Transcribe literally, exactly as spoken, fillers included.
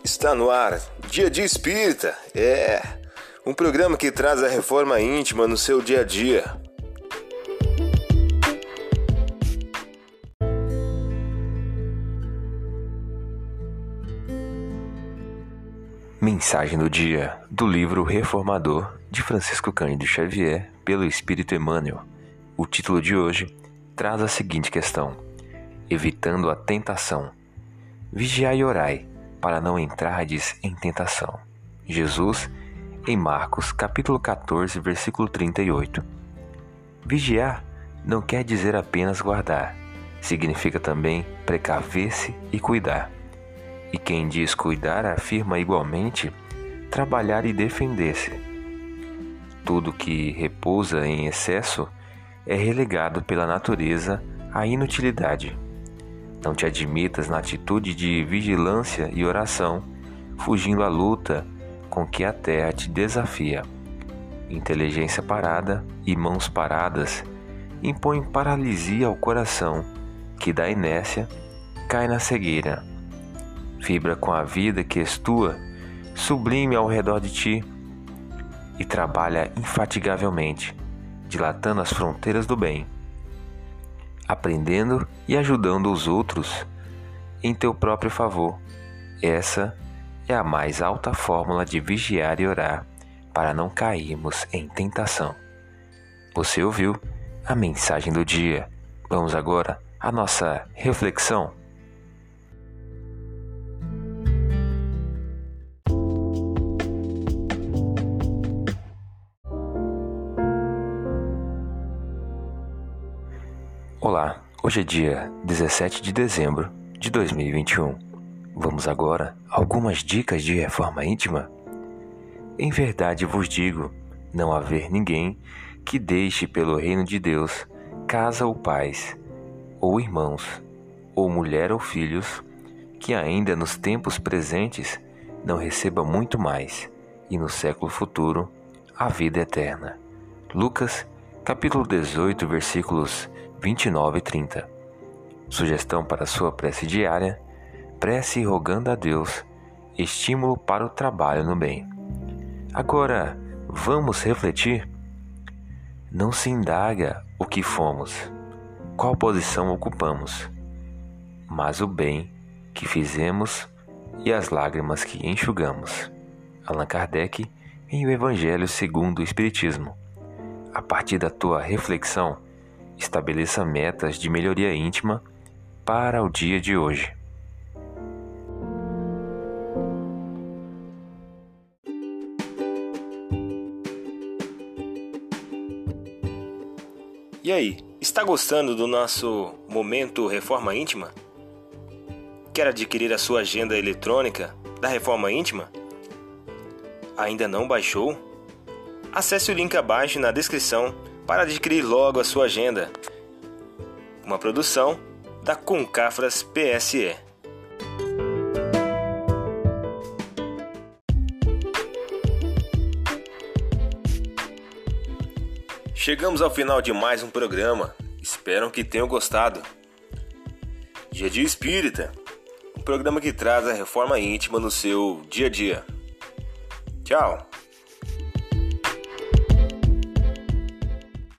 Está no ar, Dia de Espírita, é um programa que traz a reforma íntima no seu dia a dia. Mensagem do dia do livro Reformador de Francisco Cândido Xavier pelo Espírito Emmanuel. O título de hoje traz a seguinte questão: evitando a tentação. Vigiai e orai, para não entrardes em tentação. Jesus, em Marcos, capítulo catorze, versículo trinta e oito. Vigiar não quer dizer apenas guardar, significa também precaver-se e cuidar. E quem diz cuidar afirma igualmente trabalhar e defender-se. Tudo que repousa em excesso é relegado pela natureza à inutilidade. Não te admitas na atitude de vigilância e oração, fugindo à luta com que a terra te desafia. Inteligência parada e mãos paradas impõem paralisia ao coração, que da inércia cai na cegueira. Vibra com a vida que és tua, sublime ao redor de ti, e trabalha infatigavelmente, dilatando as fronteiras do bem, aprendendo e ajudando os outros em teu próprio favor. Essa é a mais alta fórmula de vigiar e orar para não cairmos em tentação. Você ouviu a mensagem do dia. Vamos agora à nossa reflexão. Olá, hoje é dia dezessete de dezembro de dois mil e vinte e um. Vamos agora a algumas dicas de reforma íntima? Em verdade vos digo, não haver ninguém que deixe pelo reino de Deus casa ou pais, ou irmãos, ou mulher ou filhos, que ainda nos tempos presentes não receba muito mais, e no século futuro a vida eterna. Lucas, capítulo dezoito, versículos vinte e nove e trinta. Sugestão para sua prece diária: prece rogando a Deus estímulo para o trabalho no bem. Agora, vamos refletir? Não se indaga o que fomos, qual posição ocupamos, mas o bem que fizemos e as lágrimas que enxugamos. Allan Kardec, em O Evangelho segundo o Espiritismo. A partir da tua reflexão, estabeleça metas de melhoria íntima para o dia de hoje. E aí, está gostando do nosso momento Reforma Íntima? Quer adquirir a sua agenda eletrônica da Reforma Íntima? Ainda não baixou? Acesse o link abaixo na descrição para adquirir logo a sua agenda. Uma produção da Concafras P S E. Chegamos ao final de mais um programa. Espero que tenham gostado. Dia de Espírita, um programa que traz a reforma íntima no seu dia a dia. Tchau!